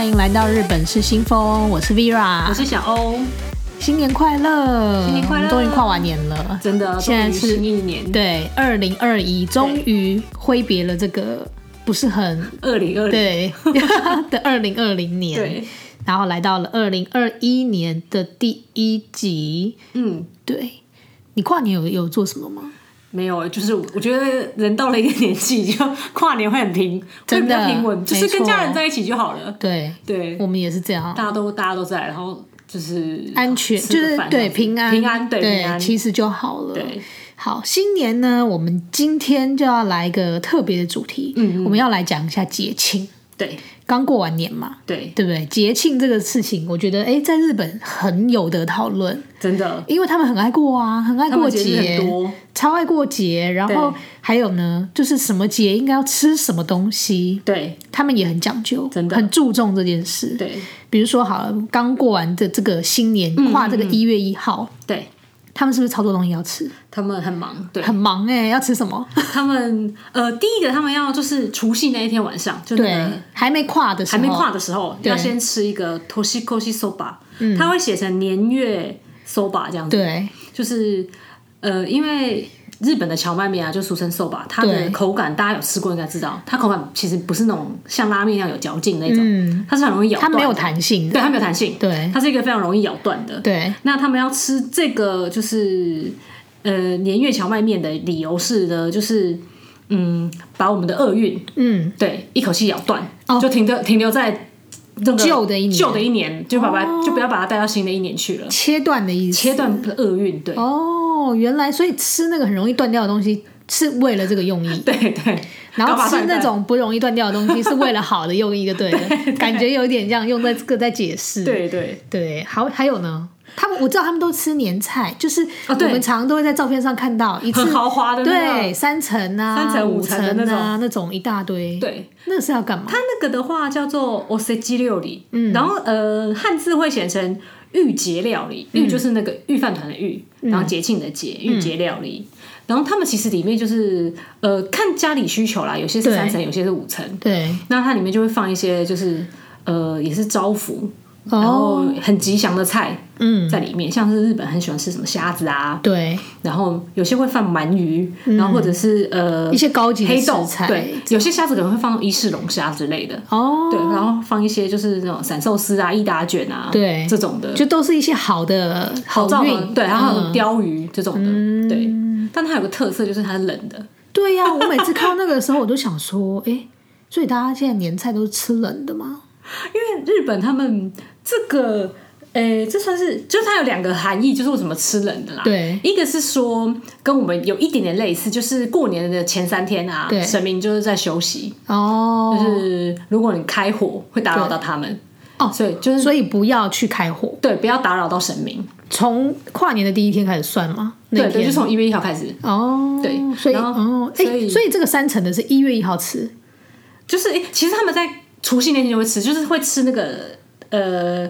欢迎来到日本是新风，我是 Vera， 我是小欧。 新年快乐！ 新年快乐！ 终于跨完年了， 真的， 现在是新一年， 对2021，终于挥别了这个不是很 2020 对的2020年， 对， 然后来到了2021年的第一集。对，你跨年有做什么吗？ 没有，就是我觉得人到了一个年纪，就跨年会很平，会比较平稳，就是跟家人在一起就好了。 对，我们也是这样， 大家都在，然后就是安全，就是对平安，对，其实就好了。 对， 好，新年呢，我们今天就要来一个特别的主题，我们要来讲一下节庆。对，刚过完年嘛，对不对？节庆这个事情，我觉得在日本很有得讨论， 真的， 因为他们很爱过啊，很爱过节， 很多超爱过节。然后还有呢，就是什么节应该要吃什么东西，对，他们也很讲究，真的很注重这件事。对，比如说好了，刚过完的这个新年，跨这个1月1号，对。他们是不是超多东西要吃？他们很忙，对，很忙要吃什么？他们第一个他们要就是除夕那一天晚上，就那个还没跨的时候，要先吃一个 toshikoshi soba，它会写成年月 soba 这样子，对，就是因为日本的荞麦面啊，就俗称 soba， 它的口感大家有吃过应该知道，它口感其实不是那种像拉面一样有嚼劲那种，它是很容易咬断的，它没有弹性的，对，它没有弹性，对，它是一个非常容易咬断的，对。那他们要吃这个就是年月荞麦面的理由是呢，就是把我们的厄运，对，一口气咬断，就停留在那个旧的一年，就不要把它带到新的一年去了，切断的意思，切断厄运，对。哦，原来所以吃那个很容易断掉的东西是为了这个用意，对，然后吃那种不容易断掉的东西是为了好的用意，就对了，感觉有点这样用在这个在解释，对。好，还有呢？我知道他们都吃年菜，就是我们常常都会在照片上看到一次很豪华的，对，3层啊、3层、5层啊那种一大堆，对，那个是要干嘛？它那个的话叫做 osechi 料理，然后汉字会写成御节料理，御就是那个御饭团的御，然后节庆的节，御节料理。然后他们其实里面就是看家里需求啦，有些是3层，有些是5层，对，那它里面就会放一些就是也是招福。然后很吉祥的菜在里面，像是日本很喜欢吃什么虾子啊，对，然后有些会放鳗鱼，然后或者是一些高级的黑豆菜，对，有些虾子可能会放伊势龙虾之类的哦，对，然后放一些就是那种散寿司啊、伊达卷啊，对，这种的，就都是一些好的好运，对，然后鲷鱼这种的，对，但它有个特色就是它是冷的，对呀，我每次看到那个的时候，我都想说，所以大家现在年菜都是吃冷的吗？因为日本他们这个这算是就是它有2个含义，就是为什么吃冷的啦。对，一个是说跟我们有一点点类似，就是过年的前3天啊，神明就是在休息哦，就是如果你开火会打扰到他们哦，所以不要去开火，对，不要打扰到神明。从跨年的第一天开始算吗？对，就从1月1号开始哦。对，所以这个3层的是1月1号吃，就是其实他们在除夕那天就会吃，就是会吃那个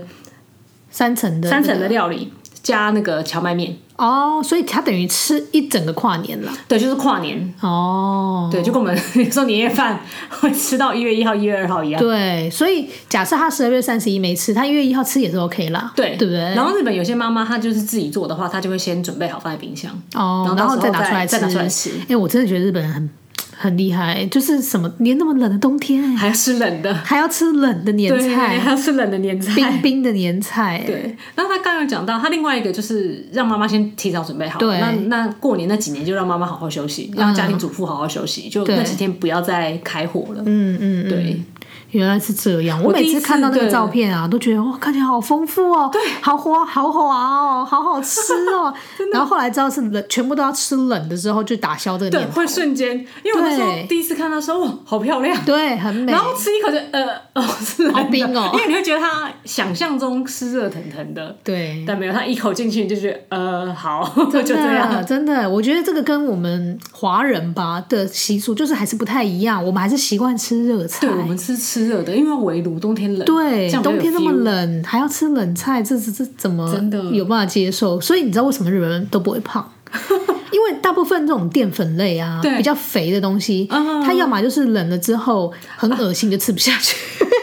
3层的料理加那个荞麦面哦，所以它等于吃一整个跨年了。对，就是跨年哦，对，就跟我们有时候年夜饭会吃到1月1号、1月2号一样。对，所以假设他12月31没吃，他1月1号吃也是 OK 啦，对，对不对？然后日本有些妈妈她就是自己做的话，她就会先准备好放在冰箱哦，然后再拿出来吃。我真的觉得日本人很厉害，就是什么连那么冷的冬天还要吃冷的，还要吃冷的年菜，还要吃冷的年菜，冰冰的年菜。对，然后他刚刚有讲到，他另外一个就是让妈妈先提早准备好，对，那过年那几年就让妈妈好好休息，让家庭主妇好好休息，就那几天不要再开火了。对。原来是这样，我每次看到那个照片啊，都觉得哇，看起来好丰富哦，对，好滑哦，好好吃哦。然后后来知道是冷，全部都要吃冷的时候，就打消这个念头，对，会瞬间，因为我那时候第一次看到说哇，好漂亮，对，很美。然后吃一口就是好冰哦，因为你会觉得它想象中是热腾腾的，对，但没有，它一口进去你就觉得好，就这样，真的，我觉得这个跟我们华人吧的习俗就是还是不太一样，我们还是习惯吃热菜，对，我们吃热的，因为围炉冬天冷，对，冬天那么冷还要吃冷菜，这怎么有办法接受？所以你知道为什么日本人都不会胖？因为大部分这种淀粉类啊，比较肥的东西，它要么就是冷了之后很恶心就吃不下去，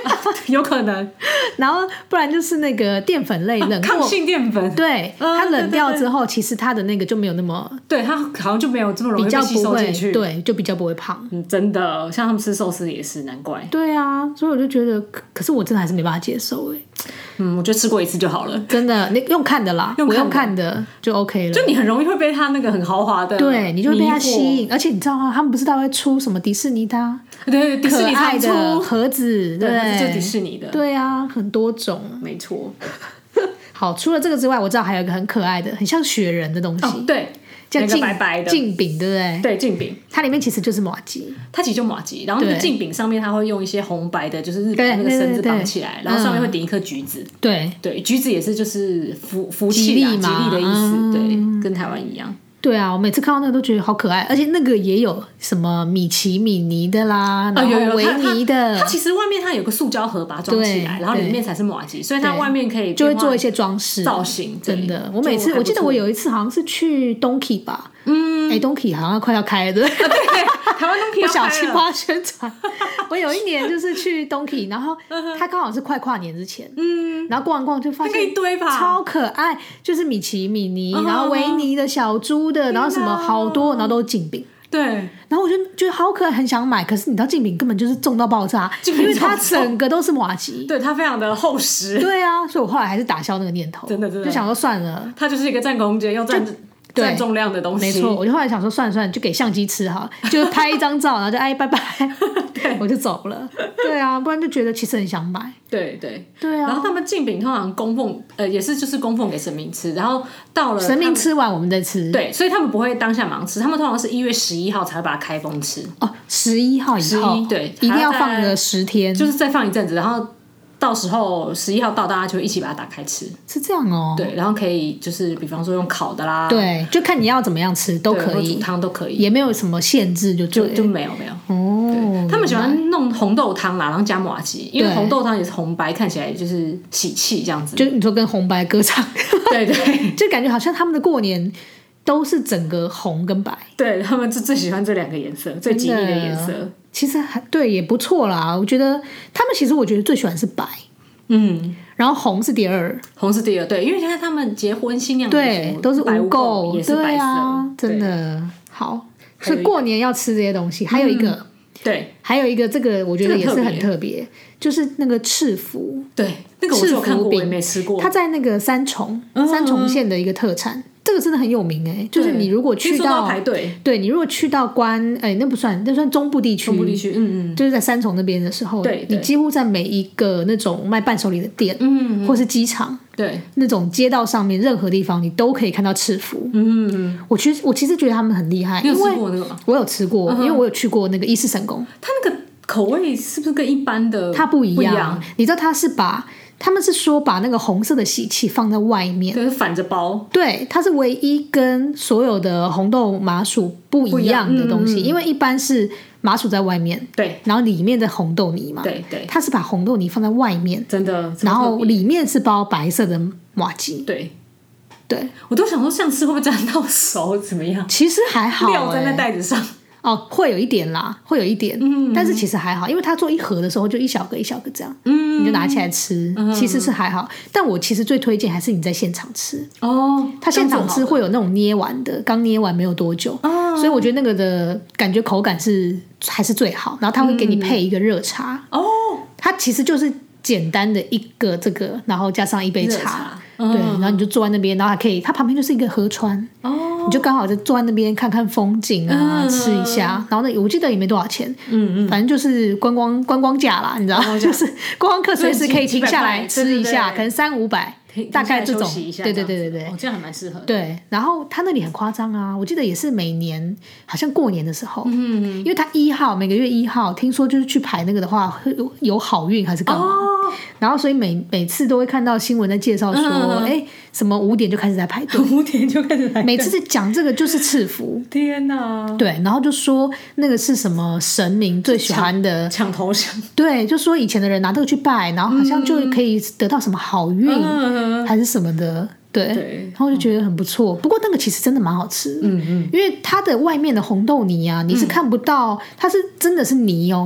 有可能。 然后不然就是那个淀粉类冷抗性淀粉， 对，它冷掉之后，其实它的那个就没有那么， 对，它好像就没有这么容易被吸收进去， 对，就比较不会胖。 真的，像他们吃寿司也是，难怪。 对啊，所以我就觉得，可是我真的还是没办法接受我觉得吃过一次就好了。 真的，你用看的啦，我用看的就 OK 了。 就你很容易会被他那个很豪华的， 对，你就会被他吸引。而且你知道吗？他们不是都会出什么迪士尼的， 对，迪士尼可爱的盒子，对， 就迪士尼的， 对啊，很多种， 没错。 好，除了这个之外，我知道还有一个很可爱的，很像雪人的东西， 对。 叫白白的镜饼，对不对？ 对，镜饼， 它里面其实就是麻糬， 它其实就麻糬，然后那个镜饼上面它会用一些红白的，就是日本那个绳子绑起来，然后上面会顶一颗橘子。对，橘子也是就是福气啦，吉利的意思，对，跟台湾一样。 对啊，我每次看到那个都觉得好可爱，而且那个也有什么米奇、米妮的啦，然后维尼的。 它其实外面它有个塑胶盒把它装起来，然后里面才是麻糬，所以它外面可以就会做一些装饰造型。 真的，我记得我有一次好像是去 Donkey 吧，Donkey 好像快要开了，对， 台湾 Donkey 不小心帮他宣传。我有一年就是去 Donkey， 然后他刚好是快跨年之前，然后逛一逛就发现一堆吧， 超可爱，就是米奇、米妮，然后维尼的小猪的，然后什么好多，然后都是镜饼。 对， 然后我就觉得好可爱，很想买。可是你知道镜饼根本就是重到爆炸，因为它整个都是麻糬， 对，它非常的厚实。 对啊，所以我后来还是打消那个念头，真的就想说算了， 它就是一个占空间又占重量的东西。 没错，我就后来想说算了算了，就给相机吃哈，就拍一张照，然后就拜拜，我就走了。对啊，不然就觉得其实很想买。 对啊。 然后他们镜饼通常供奉，也是就是供奉给神明吃，然后到了神明吃完我们再吃。 对，所以他们不会当下马上吃，他们通常是1月11号才会把它开封吃。 哦，11号以后， 对， 一定要放个10天， 就是再放一阵子，然后。到时候11号到，大家就会一起把它打开吃， 是这样哦。 对，然后可以就是比方说用烤的啦， 对，就看你要怎么样吃都可以， 煮汤都可以， 也没有什么限制，就没有哦。他们喜欢弄红豆汤啦，然后加麻糬，因为红豆汤也是红白，看起来就是喜气这样子。 就你说跟红白歌唱， 对， 就感觉好像他们的过年都是整个红跟白， 对他们最喜欢这2个颜色，最吉利的颜色。 其实对也不错啦，我觉得他们其实我觉得最喜欢是白，然后红是第二， 对，因为现在他们结婚新娘对都是无垢， 也是白色， 真的好，所以过年要吃这些东西。还有一个， 对， 还有一个这个我觉得也是很特别，就是那个赤福， 对，那个我有看过，我也没吃过， 它在那个三重县的一个特产。这个真的很有名就是你如果去到排队， 对你如果去到那不算，那算中部地区，就是在三重那边的时候，你几乎在每一个那种卖伴手礼的店，或是机场，对，那种街道上面任何地方你都可以看到赤福。我其实觉得他们很厉害， 你有吃过那个吗？ 我有吃过，因为我有去过那个伊势神宫， 它那个口味是不是跟一般的它不一样？你知道他们是说把那个红色的喜气放在外面， 对，反着包。对， 它是唯一跟所有的红豆麻薯不一样的东西，因为一般是麻薯在外面，对，然后里面的红豆泥嘛，对，它是把红豆泥放在外面， 真的， 然后里面是包白色的麻糬， 对，我都想说这样吃会不会沾到手怎么样？ 其实还好， 料在那袋子上。 会有一点啦，会有一点，但是其实还好，因为它做一盒的时候就一小个一小个这样，你就拿起来吃，其实是还好。但我其实最推荐还是你在现场吃它现场吃会有那种捏完的，刚捏完没有多久，所以我觉得那个的感觉口感还是最好。然后它会给你配一个热茶它其实就是简单的一个这个，然后加上一杯茶，对，然后你就坐在那边，然后还可以，它旁边就是一个河川你就刚好就坐在那边看看风景啊，吃一下，然后我记得也没多少钱，反正就是观光价啦，你知道，就是观光客随时可以停下来吃一下，可能300-500。大概这种，对， 这样还蛮适合的。 对，然后他那里很夸张啊，我记得也是每年好像过年的时候，因为他每个月1号，听说就是去排那个的话会有好运还是干嘛，然后所以每次都会看到新闻在介绍说，什么5点就开始在排队 ，5点就开始排队， 每次讲这个就是赐福， 天哪！ 对，然后就说那个是什么神明最喜欢的抢头香， 对，就说以前的人拿这个去拜，然后好像就可以得到什么好运。还是什么的，对，然后就觉得很不错。不过那个其实真的蛮好吃，因为它的外面的红豆泥啊，你是看不到，它是真的是泥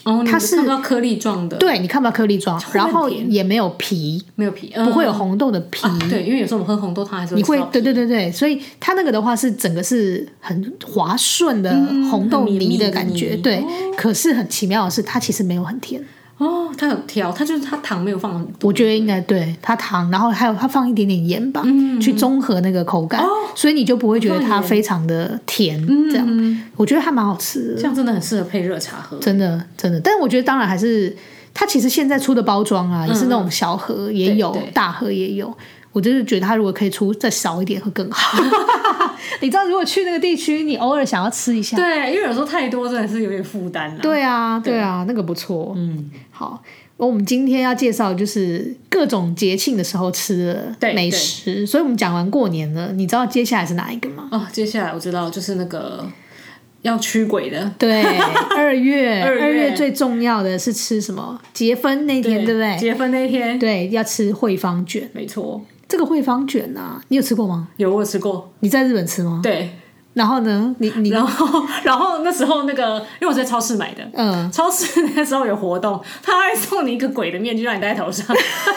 它是看不到颗粒状的， 对，你看不到颗粒状，然后也没有皮，不会有红豆的皮。 对，因为有时候我们喝红豆汤还是会对对对对，所以它那个的话是整个是很滑顺的红豆泥的感觉，对。可是很奇妙的是，它其实没有很甜。 它有调，它就是它糖没有放很多， 我觉得应该对它糖，然后还有它放一点点盐吧，去中和那个口感，所以你就不会觉得它非常的甜，这样，我觉得还蛮好吃的， 这样真的很适合配热茶喝， 真的真的。但是我觉得当然还是它其实现在出的包装啊，也是那种小盒也有，大盒也有。我就是觉得它如果可以出再少一点会更好。你知道如果去那个地区你偶尔想要吃一下， 对，因为有时候太多真的是有点负担啦。 对啊对啊，那个不错。好，我们今天要介绍就是各种节庆的时候吃的美食，所以我们讲完过年了，你知道接下来是哪一个吗？ 接下来我知道就是那个要驱鬼的， 对，2月最重要的是吃什么？结婚那天，对不对？ 结婚那天， 对，要吃惠方卷， 没错。 这个惠方卷啊，你有吃过吗？ 有，我有吃过。 你在日本吃吗？ 对。 然后呢？ 然后那时候那个，因为我是在超市买的，超市那时候有活动，他会送你一个鬼的面具让你戴在头上，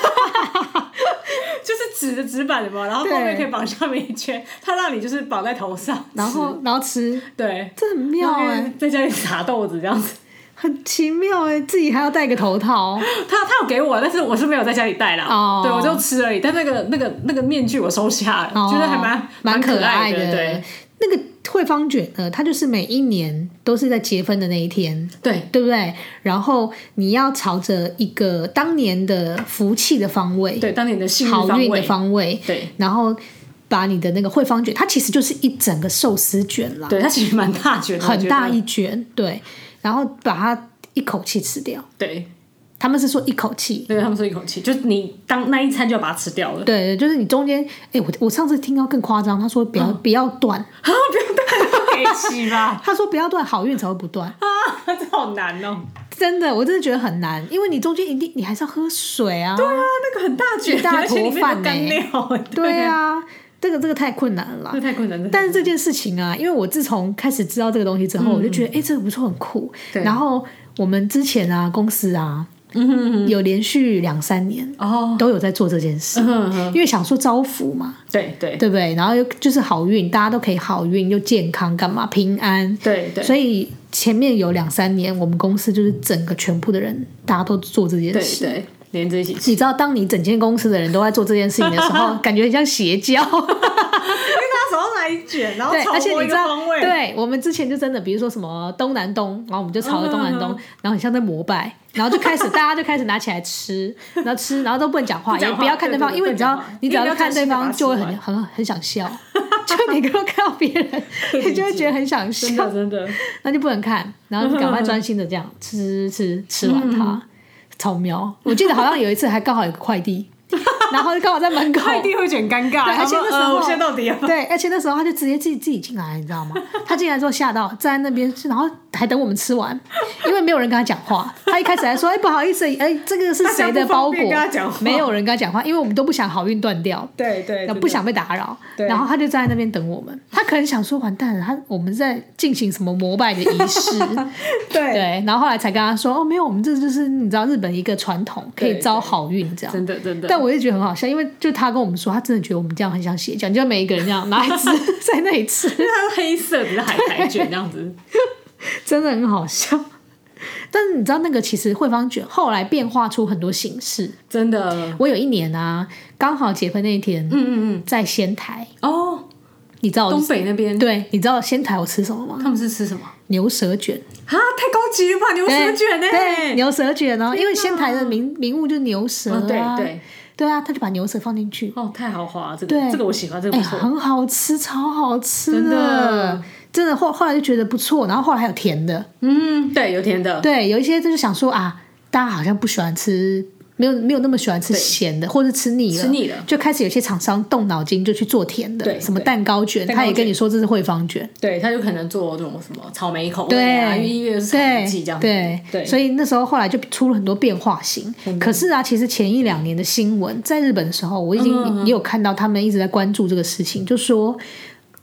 就是纸的纸板的嘛，然后后面可以绑下面一圈，他让你就是绑在头上， 然后吃， 对， 这很妙在家里撒豆子这样子。 很奇妙自己还要戴个头套。 他有给我，但是我是没有在家里戴啦。对，我就吃而已。但那个面具我收下了，觉得还蛮可爱的。对， 那个惠方卷呢，它就是每一年都是在结婚的那一天，对不对？然后你要朝着一个当年的福气的方位， 对，当年的幸运好运的方位， 对， 然后把你的那个惠方卷，它其实就是一整个寿司卷啦。 对，它其实蛮大卷的， 很大一卷，对。然后把它一口气吃掉。 对， 他们是说一口气。 对，他们说一口气，就是你当那一餐就要把它吃掉了。 对，就是你中间，我上次听到更夸张，他说不要断啊，不要断，给起吧。 他说不要断，好运才会不断啊，这好难哦。 真的，我真的觉得很难，因为你中间一定你还是要喝水啊。 对啊，那个很大卷， 一大坨饭干料。 对啊。这个太困难了啦， 这太困难了。 但是这件事情啊，因为我自从开始知道这个东西之后，我就觉得这个不错，很酷。然后我们之前啊，公司啊，有连续2-3年都有在做这件事，因为想说招福嘛， 对不对？然后又就是好运，大家都可以好运又健康，干嘛平安？ 对， 所以前面有2-3年，我们公司就是整个全部的人，大家都做这件事。 对。连在一起吃。 你知道当你整间公司的人都在做这件事情的时候，感觉很像邪教。因为他手上拿一卷，然后朝某一个方位。 对，我们之前就真的，比如说什么东南东，然后我们就朝着东南东，然后很像在膜拜，然后大家就开始拿起来吃，然后都不能讲话，也不要看对方，因为你知道，你只要看对方就会很想笑，就每个都看到别人，你就会觉得很想笑， 真的， 那就不能看，然后就赶快专心的这样吃完它。超妙！我记得好像有一次还刚好有个快递，然后刚好在门口， 快递会卷尴尬， 而且那时候现在到底对，而且那时候他就直接自己进来，你知道吗？他进来之后吓到，站在那边，然后还等我们吃完，因为没有人跟他讲话。他一开始还说：“不好意思，这个是谁的包裹？”没有人跟他讲话，因为我们都不想好运断掉， 对， 不想被打扰。然后他就站在那边等我们。他可能想说：“完蛋了，我们在进行什么膜拜的仪式？”对。然后后来才跟他说：“没有，我们这就是你知道日本一个传统，可以招好运这样。” 真的。 但我就觉得很好笑，因为就他跟我们说，他真的觉得我们这样很像邪教，就每一个人这样拿一只在那里吃， 因为它是黑色的海苔卷这样子， 真的很好笑。但是你知道那个其实惠方卷后来变化出很多形式， 真的。 我有一年啊，刚好结婚那一天，在仙台哦， 你知道东北那边？ 对，你知道仙台我吃什么吗？ 他们是吃什么？ 牛舌卷啊，太高级了吧！牛舌卷对，牛舌卷哦，因为仙台的名物就是牛舌啊，对啊，他就把牛舌放进去， 太豪华了，这个我喜欢，这个不错， 很好吃，超好吃的。真的后来就觉得不错，然后后来还有甜的， 对，有甜的， 对，有一些就是想说啊，大家好像不喜欢吃，没有那么喜欢吃咸的，或者吃腻了，就开始有些厂商动脑筋就去做甜的，什么蛋糕卷，他也跟你说这是惠方卷， 对，他就可能做这种什么草莓口味啊，因为1月是草莓季这样子， 对，所以那时候后来就出了很多变化型。可是啊，其实前1-2年的新闻在日本的时候，我已经也有看到他们一直在关注这个事情，就说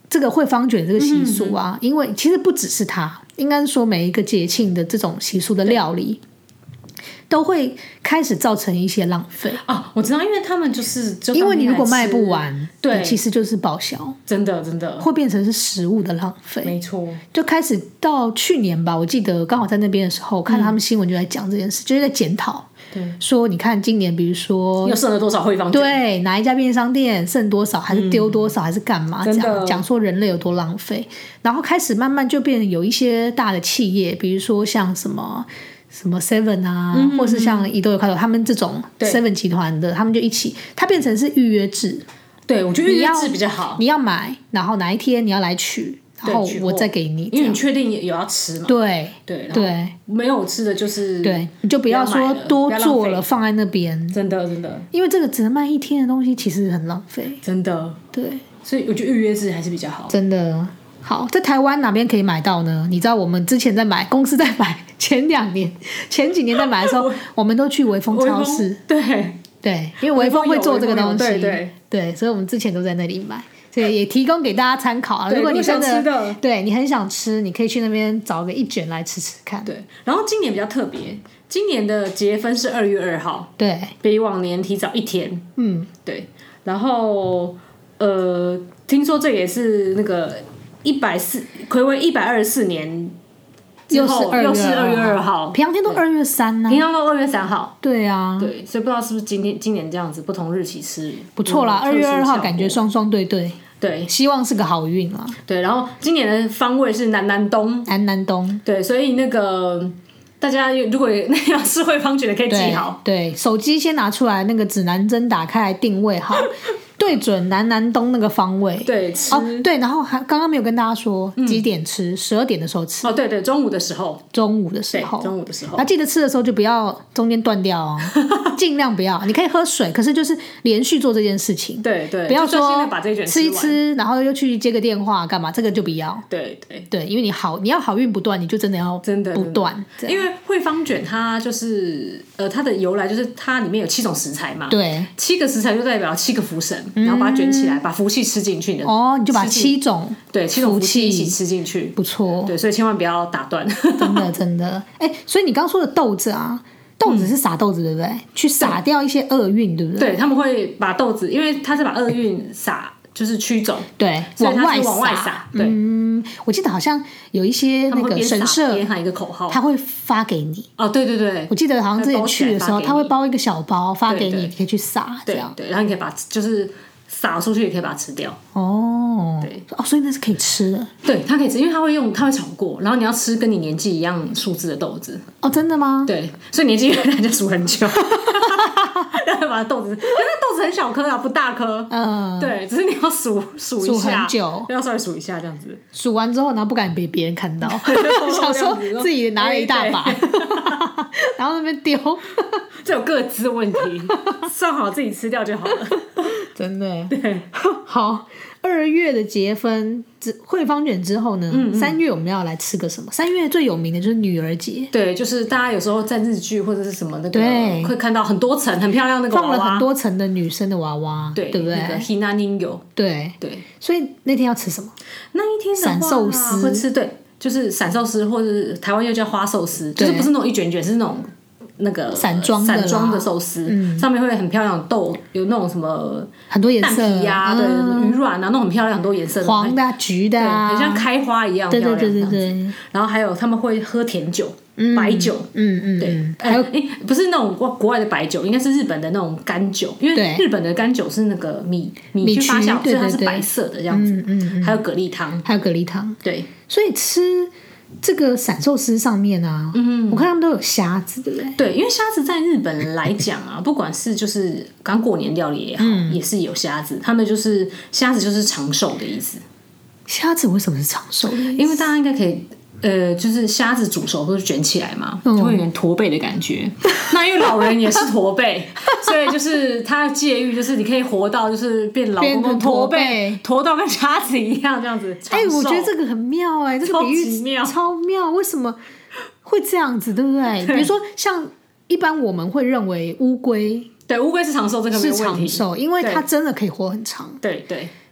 这个汇方卷这个习俗啊，因为其实不只是它，应该是说每一个节庆的这种习俗的料理都会开始造成一些浪费啊。我知道，因为他们就是因为你如果卖不完， 对， 其实就是报销， 真的真的会变成是食物的浪费。 没错， 就开始到去年吧，我记得刚好在那边的时候，看到他们新闻就在讲这件事，就是在检讨。对，说你看今年比如说又剩了多少汇方卷， 对，哪一家便利商店剩多少，还是丢多少，还是干嘛，这样讲说人类有多浪费。然后开始慢慢就变成有一些大的企业，比如说像什么 Seven 啊，或是像伊豆有卡头他们这种 Seven 集团的，他们就一起，它变成是预约制。 对，我觉得预约制比较好， 你要买，然后哪一天你要来取，然后我再给你， 因为你确定有要吃嘛。 对对对，没有吃的就是对，你就不要说多做了放在那边， 真的真的， 因为这个只能卖一天的东西，其实很浪费， 真的。 对， 所以我觉得预约制还是比较好， 真的。好，在台湾哪边可以买到呢？你知道我们之前在买，公司在买，前几年在买的时候，我们都去微风超市。对，因为微风会做这个东西，对，所以我们之前都在那里买。所以也提供给大家参考啊。如果你真的对你很想吃，你可以去那边找个一卷来吃吃看。 对，然后今年比较特别，今年的节分是2月2号， 对， 比往年提早一天。对。然后听说这也是那个睽违124年。又是2月2号， 平常天都2月3呢， 平常都2月3号。 对啊， 对，所以不知道是不是今年这样子不同日期吃不错啦。2月2号感觉双双对， 对， 希望是个好运啦。 对，然后今年的方位是南东，对，所以那个大家如果要吃汇方卷的可以记好， 对，手机先拿出来，那个指南针打开来定位好。对准南东那个方位， 对吃对，然后刚刚没有跟大家说几点吃，12点的时候吃。 对，中午的时候， 那记得吃的时候就不要中间断掉哦，尽量不要。你可以喝水，可是就是连续做这件事情， 对， 不要说把这一卷吃一吃，然后又去接个电话干嘛，这个就不要。 对， 因为你要好运不断，你就真的要不断。 因为汇方卷它就是它的由来就是它里面有7种食材嘛， 对 ，7个食材就代表7个福神。然后把它卷起来，把福气吃进去。 你就把7种福气一起吃进去， 不错。 对，所以千万不要打断。 真的。所以你刚说的豆子啊，豆子是撒豆子对不对？去撒掉一些厄运，对不对？ 对，他们会把豆子，因为他是把厄运撒。就是驱走， 对， 往外撒。对， 我记得好像有一些那个神社边喊一个口号， 他会发给你。 对， 我记得好像之前去的时候，他会包一个小包发给你，你可以去撒，这样。 对，然后你可以把就是撒出去，也可以把它吃掉。 所以那是可以吃的。 对，它可以吃，因为它会炒过，然后你要吃跟你年纪一样数字的豆子。 真的吗？ 对，所以年纪越大就数很久。然后把豆子，因为豆子很小颗啊，不大颗。对，只是你要数一下， 很久， 要稍微数一下这样子。 数完之后，然后不敢被别人看到，想说自己拿了一大把，然后那边丢， 这有个资问题，算好自己吃掉就好了。 真的。 对， 好。2月的节分汇方卷之后呢，3月我们要来吃个什么？3月最有名的就是女儿节。 对，就是大家有时候在日剧或者是什么那个，会看到很多层很漂亮那个娃娃， 放了很多层的女生的娃娃，对不对？ 那个 Hina Ninyo。对。 所以那天要吃什么？ 那一天的话， 散寿司会吃，对，就是散寿司，或者是台湾又叫花寿司，就是不是那种一卷卷，是那种。那个散装的寿司，上面会很漂亮的豆，有那种什么很多颜色蛋皮啊，对，鱼软啊，那种很漂亮，很多颜色的， 黄的、橘的， 很像开花一样漂亮。 对。 然后还有他们会喝甜酒、白酒，对， 还有不是那种国外的白酒，应该是日本的那种干酒，因为日本的干酒是那个米去发酵，所以它是白色的这样子。还有蛤蜊汤，对， 所以吃。这个散寿司上面啊，我看他们都有虾子，对不对？ 对，因为虾子在日本来讲啊，不管是就是刚过年料理也好，也是有虾子。他们就是虾子就是长寿的意思。 虾子为什么是长寿的意思？ 因为大家应该可以。就是虾子煮熟或者卷起来嘛，就会有点驼背的感觉。那因为老人也是驼背，所以就是他介于就是你可以活到就是变老公公驼背，驼到跟虾子一样这样子。 我觉得这个很妙这个比喻超妙。为什么会这样子，对不对？比如说像一般我们会认为乌龟， 对，乌龟是长寿，这个没有问题， 是长寿，因为它真的可以活很长。 对。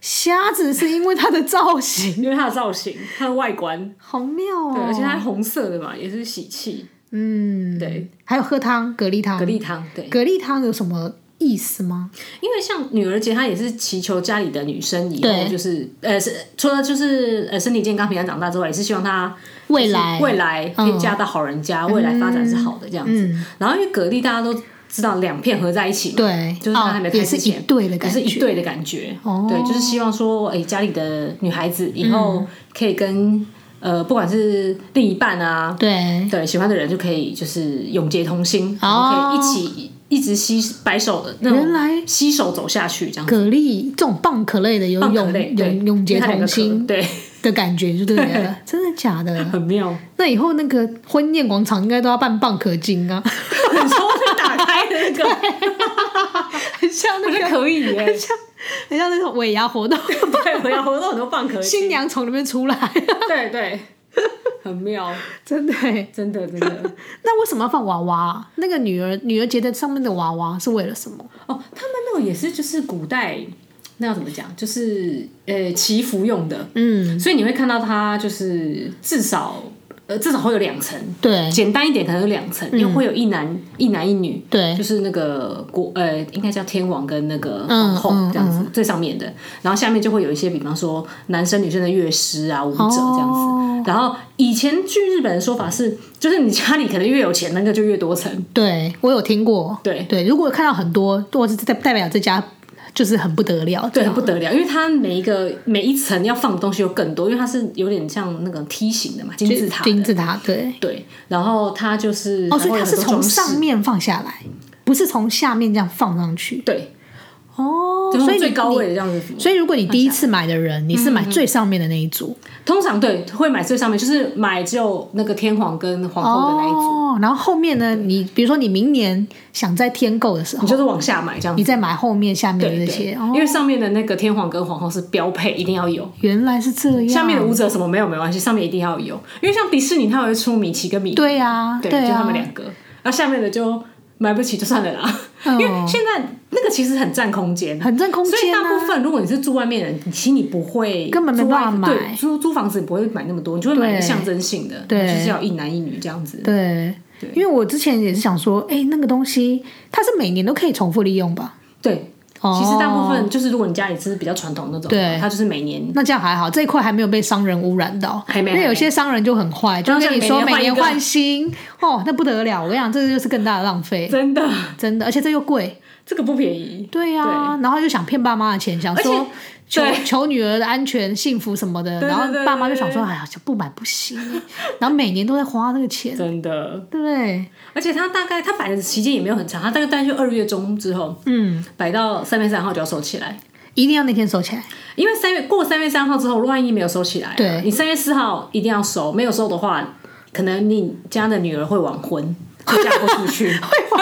瞎子是因为它的造型， 因为它的造型，它的外观好妙哦。 对，而且它红色的嘛，也是喜气。对。 还有喝汤，蛤蜊汤。 蛤蜊汤，对。 蛤蜊汤有什么意思吗？ 因为像女儿节，她也是祈求家里的女生以后就是除了就是身体健康、平安长大之外，也是希望她未来可以嫁到好人家，未来发展是好的这样子。然后因为蛤蜊大家都知道2片合在一起嘛， 对， 就是它还没开之前， 也是一对的感觉， 也是一对的感觉。对，就是希望说，家里的女孩子以后可以跟不管是另一半啊，对喜欢的人就可以就是永结同心，然后可以一起一直白手的那种，原来携手走下去这样子。 蛤蜊这种蚌壳类的有永结同心对的感觉就对了。真的假的？很妙。那以后那个婚宴广场应该都要办蚌壳精啊， 你说会打开的那个很像那个可以耶， 很像那种尾牙活动。 对，尾牙活动很多蚌壳精， 新娘从里面出来。 对，很妙， 真的真的。 那为什么要放娃娃？那个女儿节的上面的娃娃是为了什么？ 他们那种也是就是古代那要怎么讲，就是祈福用的。所以你会看到它就是至少会有2层，对，简单一点可能有2层，因为会有一男一女，对，就是那个应该叫天王跟那个皇后这样子，最上面的，然后下面就会有一些，比方说男生女生的乐师啊、舞者这样子。然后以前据日本的说法是，就是你家里可能越有钱，那个就越多层。对， 我有听过。对，如果看到很多，或是代表这家就是很不得了， 对，很不得了，因为它每一层要放的东西又更多，因为它是有点像那个梯形的嘛，金字塔，对，然后它就是所以它是从上面放下来，不是从下面这样放上去， 对。所以最高位的这样子。 所以如果你第一次买的人，你是买最上面的那一组， 通常对会买最上面，就是买只有那个天皇跟皇后的那一组。 然后后面呢，你比如说你明年想在添购的时候， 你就是往下买这样子， 你再买后面下面的那些， 因为上面的那个天皇跟皇后是标配，一定要有。 原来是这样。 下面的舞者什么没关系，上面一定要有，因为像迪士尼他会出米奇跟米妮， 对啊， 就他们2个，然后下面的就买不起就算了啦。因为现在那个其实很占空间，所以大部分如果你是住外面的人，其实你不会根本没办法买， 租房子你不会买那么多，你就会买一个象征性的，就是要一男一女这样子。 对，因为我之前也是想说，那个东西它是每年都可以重复利用吧？ 对。其实大部分就是如果你家里是比较传统那种，对，它就是每年。 那这样还好，这一块还没有被商人污染到，因为有些商人就很坏，就跟你说每年换新，那不得了！我跟你讲，这个就是更大的浪费，真的，而且这又贵， 这个不便宜。 对啊，然后又想骗爸妈的钱，想说求女儿的安全、幸福什么的，然后爸妈就想说，哎呀，不买不行，然后每年都在花那个钱，真的，对。 而且它大概它摆的期间也没有很长，它大概就2月中之后，摆到3月3号就要收起来， 一定要那天收起来， 因为过3月3号之后，万一没有收起来，对，你3月4号一定要收，没有收的话，可能你家的女儿会晚婚，就嫁不出去，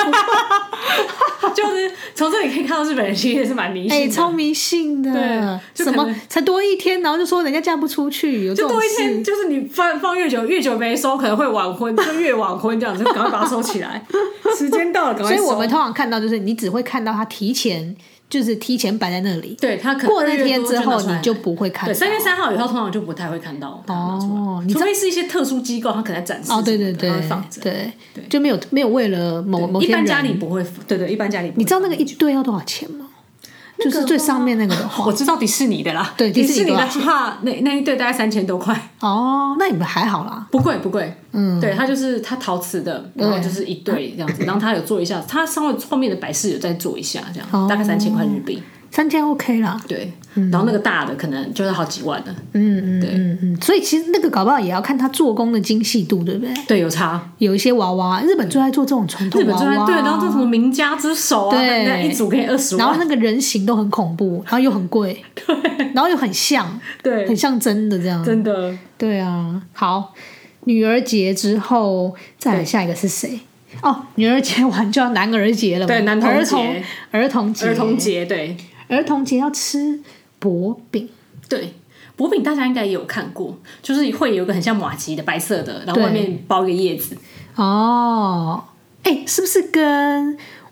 就是从这里可以看到日本人其实也是蛮迷信的， 超迷信的。对，什么才多一天，然后就说人家嫁不出去，有这种事。就多一天， 就是你放越久没收，可能会晚婚，就越晚婚这样子，赶快把它收起来。时间到了，赶快收。 所以我们通常看到就是你只会看到它提前摆在那里， 对，它过那天之后你就不会看到。 对，3月3号以后通常就不太会看到。除非是一些特殊机构，它可能在展示。对，会放着。对，就没有为了某天人。 一般家里不会，对，一般家里不会。 你知道那个一对要多少钱吗？就是最上面那个的话， 我知道迪士尼的啦。 对， 迪士尼的话，那一对大概3000多块。 那你们还好啦， 不贵。对，它就是它陶瓷的，然后就是一对这样子，然后它有做一下，它稍微后面的摆饰有再做一下，这样大概3000块日币。 3000 OK 啦， 对，然后那个大的可能就是好几万的， 所以其实那个搞不好也要看它做工的精细度，对不对？ 对，有差。 有一些娃娃，日本最爱做这种传统娃娃， 对，然后这什么名家之手啊，对，一组可以20万， 然后那个人形都很恐怖，然后又很贵，对，然后又很像，对，很像真的这样，真的，对啊。好，女儿节之后再来下一个是谁？女儿节完就要男儿节了嘛， 对，男童节、 儿童节， 对。 儿童节要吃薄饼， 对，薄饼大家应该也有看过，就是会有一个很像麻糬的白色的，然后外面包一个叶子。 是不是跟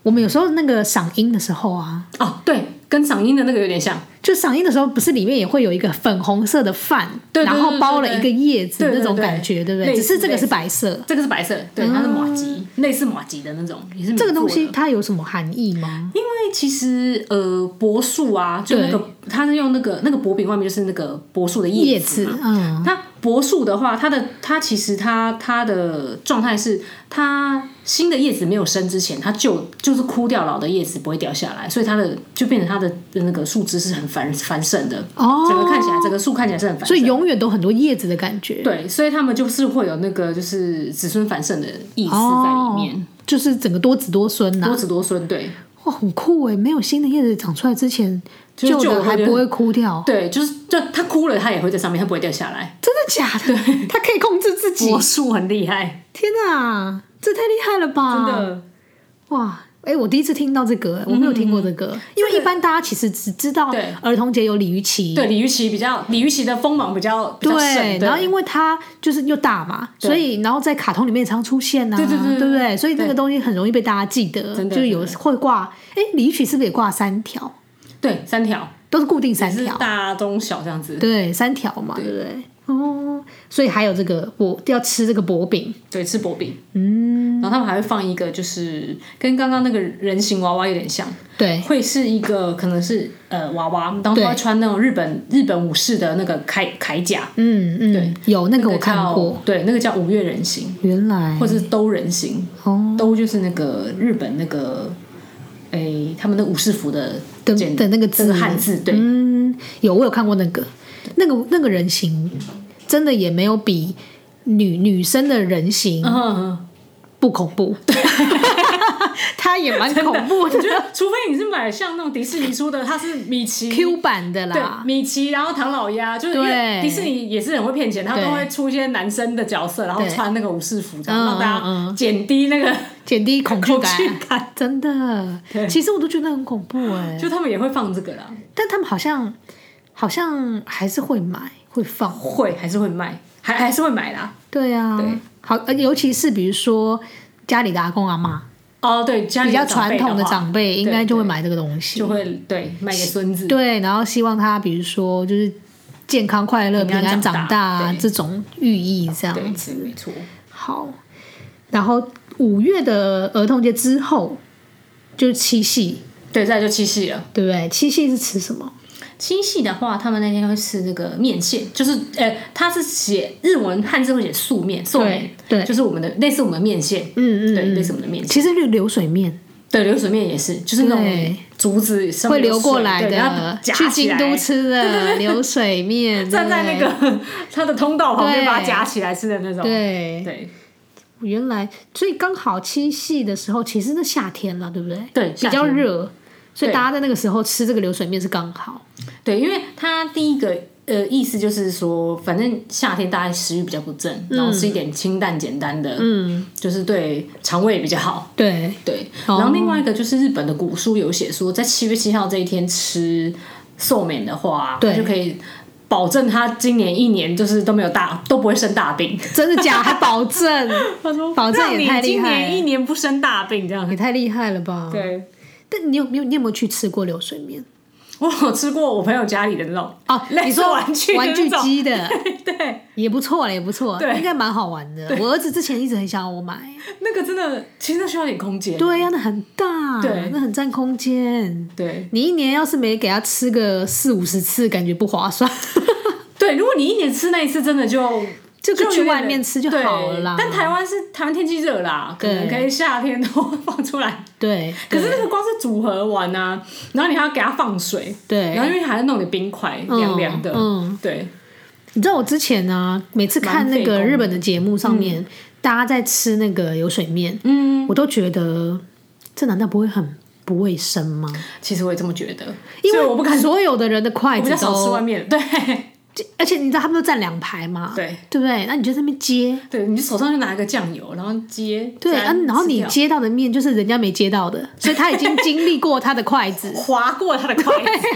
我们有时候那个赏樱的时候啊， 对，跟赏樱的那个有点像。 就赏樱的时候，不是里面也会有一个粉红色的饭，然后包了一个叶子那种感觉，对不对？只是这个是白色， 这个是白色，对，它是麻糬，类似麻糬的那种，也是这个东西它有什么含义吗？ 因为其实柏树啊，就那个它是用那个薄饼外面就是那个柏树的叶子嘛，它柏树的话，它其实它的状态是它新的叶子没有生之前，它就是枯掉老的叶子不会掉下来，所以它的就变成它的那个树枝是很繁盛的，整个看起来整个树看起来是很繁盛， 所以永远都很多叶子的感觉。 对，所以他们就是会有那个就是子孙繁盛的意思在里面， 就是整个多子多孙啊， 多子多孙，对。 哇，很酷耶！没有新的叶子长出来之前，旧的还不会枯掉。 对，就它枯了，它也会在上面，它不会掉下来。 真的假的？它可以控制自己。 柏树很厉害， 天哪，这太厉害了吧！ 真的， 哇！我第一次听到这个，我没有听过这个，因为一般大家其实只知道儿童节有鲤鱼旗， 对，鲤鱼旗的锋芒比较盛， 然后因为它就是又大嘛，所以然后在卡通里面也常出现啊，对不对？所以那个东西很容易被大家记得，就有会挂，鲤鱼旗是不是也挂3条？ 对，3条都是固定3条， 大中小这样子， 对，3条嘛，对不对？所以还有这个要吃这个薄饼， 对，吃薄饼，然后他们还会放一个，就是跟刚刚那个人形娃娃有点像，对，会是一个可能是娃娃，然后他会穿那种日本武士的那个铠甲，对， 有那个我看过， 对，那个叫5月人形， 原来， 或者是兜人形，兜就是那个日本那个，他们的武士服的那个字汉字，对， 我有看过那个人形。真的也没有比女生的人形不恐怖，它也蛮恐怖的。 我觉得，除非你是买像那种迪士尼出的，它是米奇 Q 版的啦， 对，米奇，然后唐老鸭，就是因为迪士尼也是很会骗钱，他都会出一些男生的角色，然后穿那个武士服，这样让大家减低恐惧感。真的，其实我都觉得很恐怖就他们也会放这个啦， 但他们好像还是会买。会放还是会卖，还是会买啦。 对啊，对，好，尤其是比如说家里的阿公阿嬷， 对，家里比较传统的长辈应该就会买这个东西， 就会卖给孙子， 对，然后希望他比如说就是健康快乐平安长大这种寓意这样子， 没错。 好，然后5月的儿童节之后就是七夕， 对，再来就七夕了， 对不对？七夕是吃什么？ 七夕的话，他们那天会吃那个面线，就是它是写日文汉字会写素面，对，就是我们的类似我们的面线，对，类似我们的面线。 其实流水面， 对，流水面也是，就是那种竹子会流过来的，去京都吃的流水面， 站在那个它的通道旁边把它夹起来吃的那种， 对。原来，所以刚好七夕的时候，其实是夏天了，对不对？对，比较热。所以大家在那个时候吃这个流水面是刚好， 对，因为它第一个意思就是说，反正夏天大家食欲比较不振，然后吃一点清淡简单的，就是对肠胃也比较好，对。然后另外一个就是日本的古书有写说，在7月7号这一天吃寿面的话，对，就可以保证他今年1年就是都不会生大病。 真的假？还保证？ 他说保证也太厉害， 今年1年不生大病，这样也太厉害了吧？ 对。 但你有没有去吃过流水面？ 我有吃过我朋友家里的那种你说玩具机的， 对， 也不错，对，应该蛮好玩的。我儿子之前一直很想要我买， 那个真的其实需要点空间， 对呀，那很大，对，那很占空间，对。你1年要是没给他吃个40-50次，感觉不划算。 对，如果你1年吃那一次，真的就去外面吃就好了啦。 但台湾天气热啦，可能可以夏天都放出来。对，可是那个光是组合完啊，然后你还要给它放水，对，然后因为还要弄点冰块，凉凉的，对。 你知道我之前呢，每次看那个日本的节目上面，大家在吃那个流水面，我都觉得这难道不会很不卫生吗？ 其实我也这么觉得， 因为我不敢， 所有的人的筷子都，我比较少吃外面，对。 而且你知道他们都站2排嘛，对不对？那你就在那边接， 对，你手上就拿一个酱油，然后接， 对啊，然后你接到的面就是人家没接到的，所以他已经经历过他的筷子， 划过他的筷子，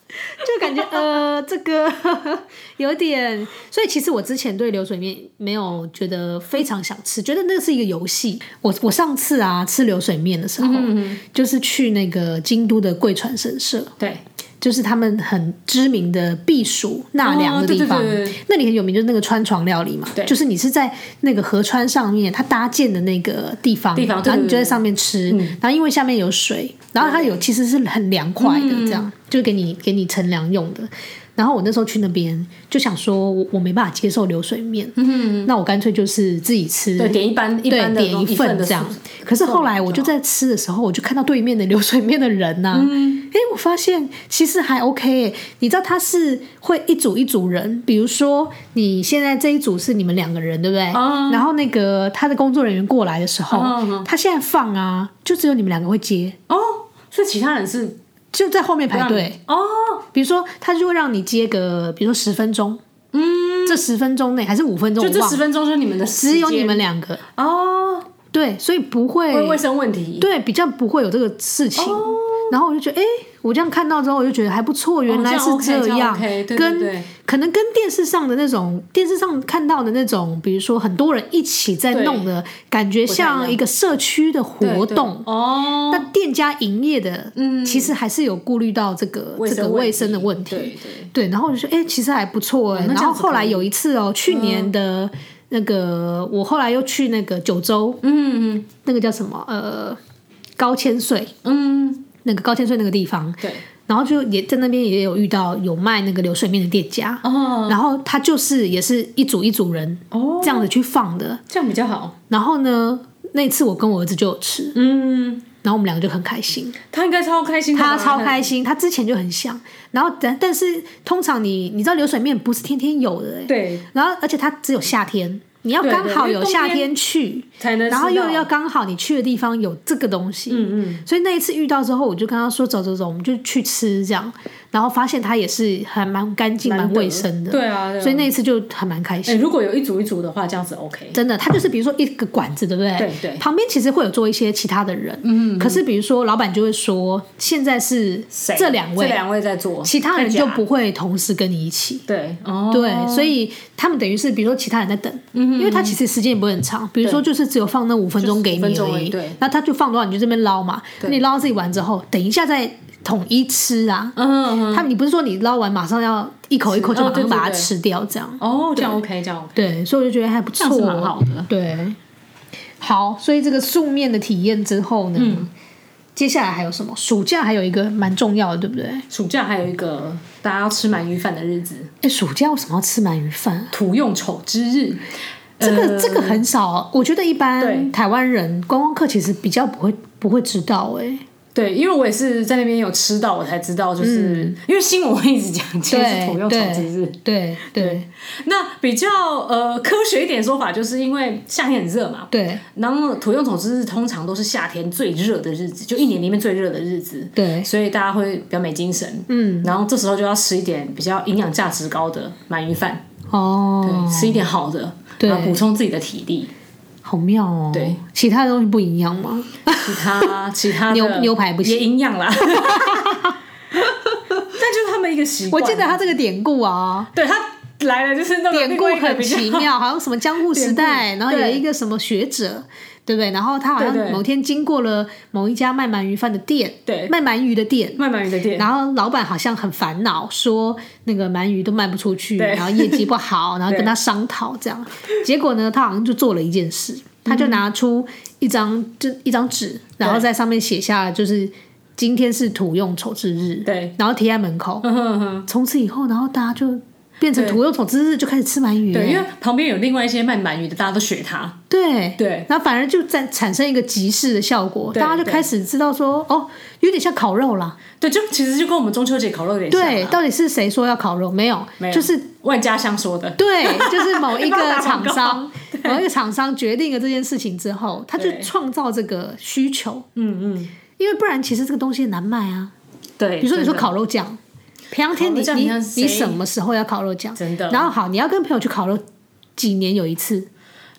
就感觉这个有点，所以其实我之前对流水面没有觉得非常想吃，觉得那是一个游戏。我上次啊吃流水面的时候，就是去那个京都的贵船神社，对。就是他们很知名的避暑纳凉的地方，那里很有名，就是那个川床料理嘛，就是你是在那个河川上面，它搭建的那个地方，然后你就在上面吃，然后因为下面有水，然后它其实是很凉快的，这样就是给你乘凉用的。然后我那时候去那边就想说我没办法接受流水面，那我干脆就是自己吃， 对，点一般的点一份这样。可是后来我就在吃的时候，我就看到对面的流水面的人啊，我发现其实还 OK， 你知道他是会一组一组人，比如说你现在这一组是你们2个人，对不对？然后那个他的工作人员过来的时候，他现在放啊，就只有你们2个会接所以其他人是就在后面排队比如说他就会让你接个比如说10分钟，这10分钟内还是5分钟， 就这10分钟就是你们的时间， 只有你们2个对，所以不会卫生问题， 对，比较不会有这个事情然后我就觉得我这样看到之后我就觉得还不错，原来是这样，可能跟电视上的那种电视上看到的那种比如说很多人一起在弄的感觉像一个社区的活动那店家营业的其实还是有顾虑到这个卫生的问题，对，然后我就说其实还不错然后后来有一次去年的那个我后来又去那个九州那个叫什么高千穗那个高千穗那个地方，对，然后就也在那边也有遇到有卖那个流水面的店家然后他就是也是一组一组人这样子去放的， 这样比较好。 然后呢那次我跟我儿子就有吃然后我们2个就很开心， 他应该超开心的， 他超开心，他之前就很想，然后但是通常你知道流水面不是天天有的对，然后而且它只有夏天，你要刚好有夏天去才能，然后又要刚好你去的地方有这个东西所以那一次遇到之后我就跟他说走，我们就去吃这样，然后发现他也是还蛮干净蛮卫生的，对啊，所以那一次就还蛮开心如果有一组一组的话这样子 OK， 真的，他就是比如说一个馆子对不对？对，旁边其实会有做一些其他的人可是比如说老板就会说现在是这两位在做， 其他人就不会同时跟你一起，对对，所以他们等于是比如说其他人在等因为他其实时间也不会很长，比如说就是只有放那5分钟给你而已，对，那他就放多少你就这边捞嘛，你捞到自己完之后等一下再统一吃啊你不是说你捞完马上要一口一口就马上把它吃掉这样这样 OK 这样 OK， 对，所以我就觉得还不错， 这样是蛮好的， 对，好，所以这个素面的体验之后呢接下来还有什么？暑假还有一个蛮重要的对不对？ 暑假还有一个大家要吃鳗鱼饭的日子暑假为什么要吃鳗鱼饭？ 土用丑之日， 这个很少我觉得一般台湾人观光客其实比较不会知道对，因为我也是在那边有吃到我才知道，就是因为新闻会一直讲今天是土用丑之日，对，那比较科学一点说法就是因为夏天很热嘛，对，然后土用丑之日通常都是夏天最热的日子，就一年里面最热的日子，对，所以大家会比较没精神然后这时候就要吃一点比较营养价值高的鳗鱼饭对，吃一点好的然后补充自己的体力， 好妙对，其他的东西不营养吗？ 其他的牛排不行， 也营养啦但就是他们一个习惯， 我记得他这个典故对，他来了就是那个典故很奇妙，好像什么江户时代然后有一个什么学者对不对？然后他好像某天经过了某一家卖鳗鱼饭的店，对，卖鳗鱼的店，然后老板好像很烦恼，说那个鳗鱼都卖不出去，然后业绩不好，然后跟他商讨这样。结果呢，他好像就做了一件事，他就拿出一张纸，然后在上面写下就是今天是土用丑之日，对，然后贴在门口。从此以后，然后大家就变成土用丑之日就开始吃鳗鱼， 对，因为旁边有另外一些卖鳗鱼的，大家都学他， 对，然后反而就在产生一个集市的效果，大家就开始知道说有点像烤肉啦， 对，就其实就跟我们中秋节烤肉有点像， 对，到底是谁说要烤肉？没有，就是万家香说的， 对，就是某一个厂商决定了这件事情之后，他就创造这个需求，因为不然其实这个东西很难卖啊，对，比如说你说烤肉酱。平常天你什么时候要烤肉酱？真的。然后好，你要跟朋友去烤肉，几年有一次？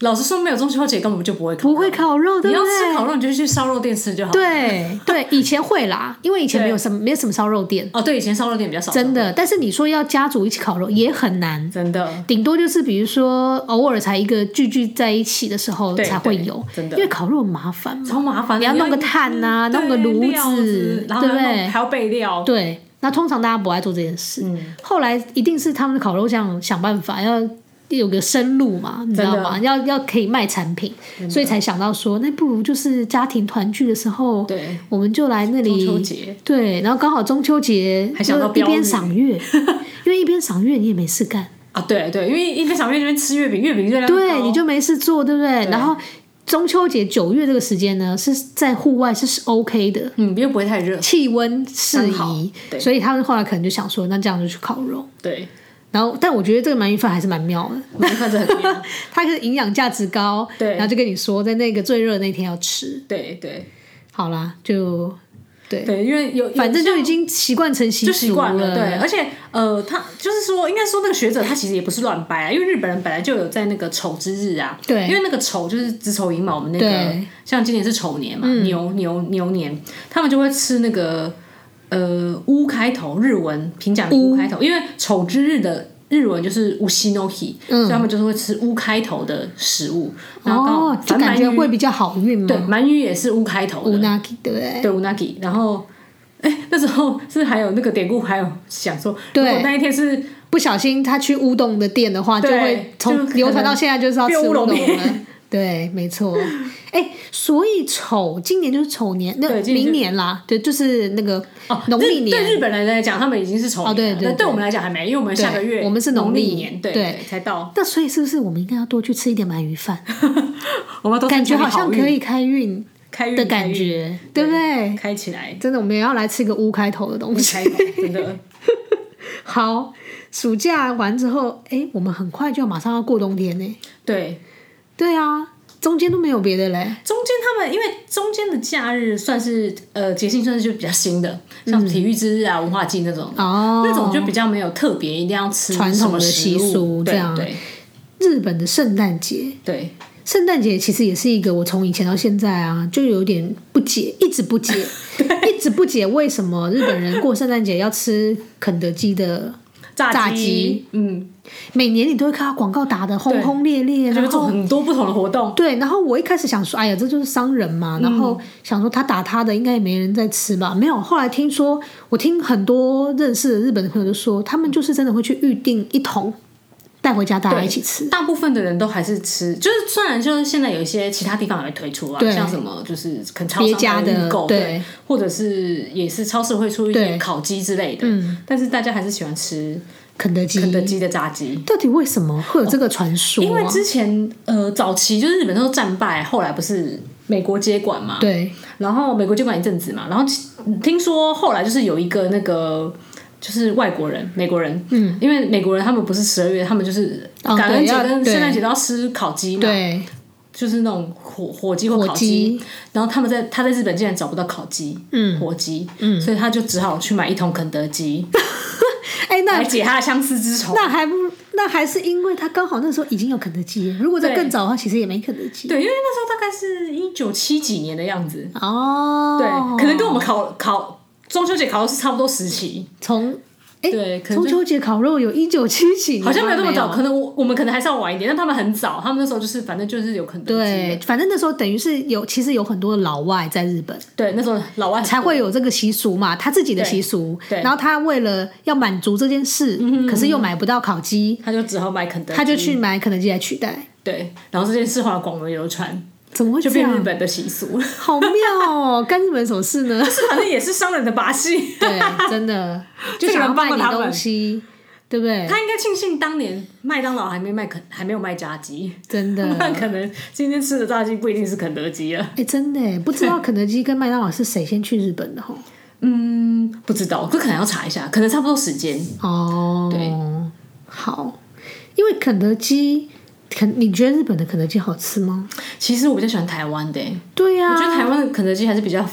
老实说，没有中秋节根本就不会烤肉， 不会烤肉，对不对？ 你要吃烤肉，你就去烧肉店吃就好了。 对对，以前会啦，因为以前没有什么烧肉店。 哦，对，以前烧肉店比较少， 真的。但是你说要家族一起烤肉也很难， 真的。 顶多就是比如说偶尔才一个聚在一起的时候才会有， 真的。 因为烤肉很麻烦嘛， 超麻烦， 你要弄个炭啊，弄个炉子，对不对？ 还要备料， 对。那通常大家不爱做这件事，后来一定是他们的烤肉酱想办法要有个生路嘛，你知道吗？要可以卖产品，所以才想到说，那不如就是家庭团聚的时候， 对， 我们就来那里中秋节， 对，然后刚好中秋节还想到一边赏月，因为一边赏月你也没事干啊，对对，因为一边赏月一边吃月饼，月饼热量高， 对，你就没事做，对不对？然后中秋节9月这个时间呢，是在户外是 OK 的， 又不会太热， 气温适宜，所以他们后来可能就想说，那这样就去烤肉， 对。 然后，但我觉得这个鳗鱼饭还是蛮妙的， 鳗鱼饭真的很妙， 它是营养价值高， 对， 然后就跟你说，在那个最热的那天要吃， 对对， 好啦，就对， 因为反正就已经习惯成习俗了， 对，而且他就是说，应该说那个学者他其实也不是乱掰啊，因为日本人本来就有在那个丑之日啊， 对， 因为那个丑就是子丑寅卯，我们那个像今年是丑年嘛，牛年，他们就会吃那个。乌开头，日文平假名乌开头，因为丑之日的日文就是乌西诺希，所以他们就是会吃乌开头的食物。然后就感觉会比较好运嘛。 对，鳗鱼也是乌开头的。 乌纳基，对不对？ 对，乌纳基。然后，那时候是还有那个典故，还有想说，如果那一天是不小心他去乌冬的店的话，就会从流传到现在就是要吃乌冬了。对，没错。所以今年就是丑年，那明年啦，对，就是那个农历年。 对日本人来讲，他们已经是丑年了， 对， 对我们来讲还没，因为我们下个月我们是农历年，对才到。 那所以是不是我们应该要多去吃一点鳗鱼饭？ 我们都感觉好像可以开运的感觉，对不对？ 开起来， 真的，我们也要来吃一个乌开头的东西， 真的。 好，暑假完之后，我们很快就马上要过冬天呢。对啊。中间都没有别的嘞。 中间他们因为中间的假日算是节庆算是就比较新的，像体育之日啊、文化祭那种，那种就比较没有特别一定要吃传统的习俗这样。 对， 日本的圣诞节， 对， 圣诞节其实也是一个我从以前到现在啊就有点不解，一直不解为什么日本人过圣诞节要吃肯德基的炸鸡。每年你都会看到广告打的轰轰烈烈， 然后做很多不同的活动。 对，然后我一开始想说，哎呀，这就是商人嘛。然后想说他打他的，应该也没人在吃吧？没有。后来听说，我听很多认识的日本的朋友就说，他们就是真的会去预定一桶带回家，大家一起吃。 大部分的人都还是吃，就是虽然就是现在有一些其他地方也会推出啊，像什么就是可能超商的预购，对，或者是也是超市会出一些烤鸡之类的，但是大家还是喜欢吃。肯德基的炸鸡， 到底为什么会有这个传说？ 因为之前早期就是日本都战败，后来不是美国接管嘛， 对， 然后美国接管一阵子嘛，然后听说后来就是有一个那个就是外国人美国人，因为美国人他们不是12月，他们就是感恩节跟圣诞节都要吃烤鸡嘛，对，就是那种火鸡或烤鸡，然后他在日本竟然找不到烤鸡，火鸡，所以他就只好去买一桶肯德基。来解他的相思之愁。 那还是因为他刚好那时候已经有肯德基，如果在更早的话，其实也没肯德基。 对，因为那时候大概是1970几年的样子。对，可能跟我们烤中秋节烤肉是差不多时期。对， 中秋节烤肉有1970年， 好像没有那么早，可能我们可能还是要晚一点，但他们很早，他们那时候就是反正就是有肯德基。 对，反正那时候等于是其实有很多的老外在日本， 对，那时候老外才会有这个习俗嘛，他自己的习俗。对，然后他为了要满足这件事，可是又买不到烤鸡， 他就只好买肯德基， 他就去买肯德基来取代。 对，然后这件事后来广为流传。 怎么会就变日本的习俗？ 好妙哦！干日本什么事呢？ 就是反正也是商人的把戏。 对，真的就想要卖你东西，对不对？ 他应该庆幸当年麦当劳还没有卖炸鸡， 真的。 那可能今天吃的炸鸡不一定是肯德基了。 真的不知道肯德基跟麦当劳是谁先去日本的哈？ 不知道，这可能要查一下，可能差不多时间哦。 对， 好，因为肯德基。你觉得日本的肯德基好吃吗？ 其实我比较喜欢台湾的。 对呀， 我觉得台湾的肯德基还是比较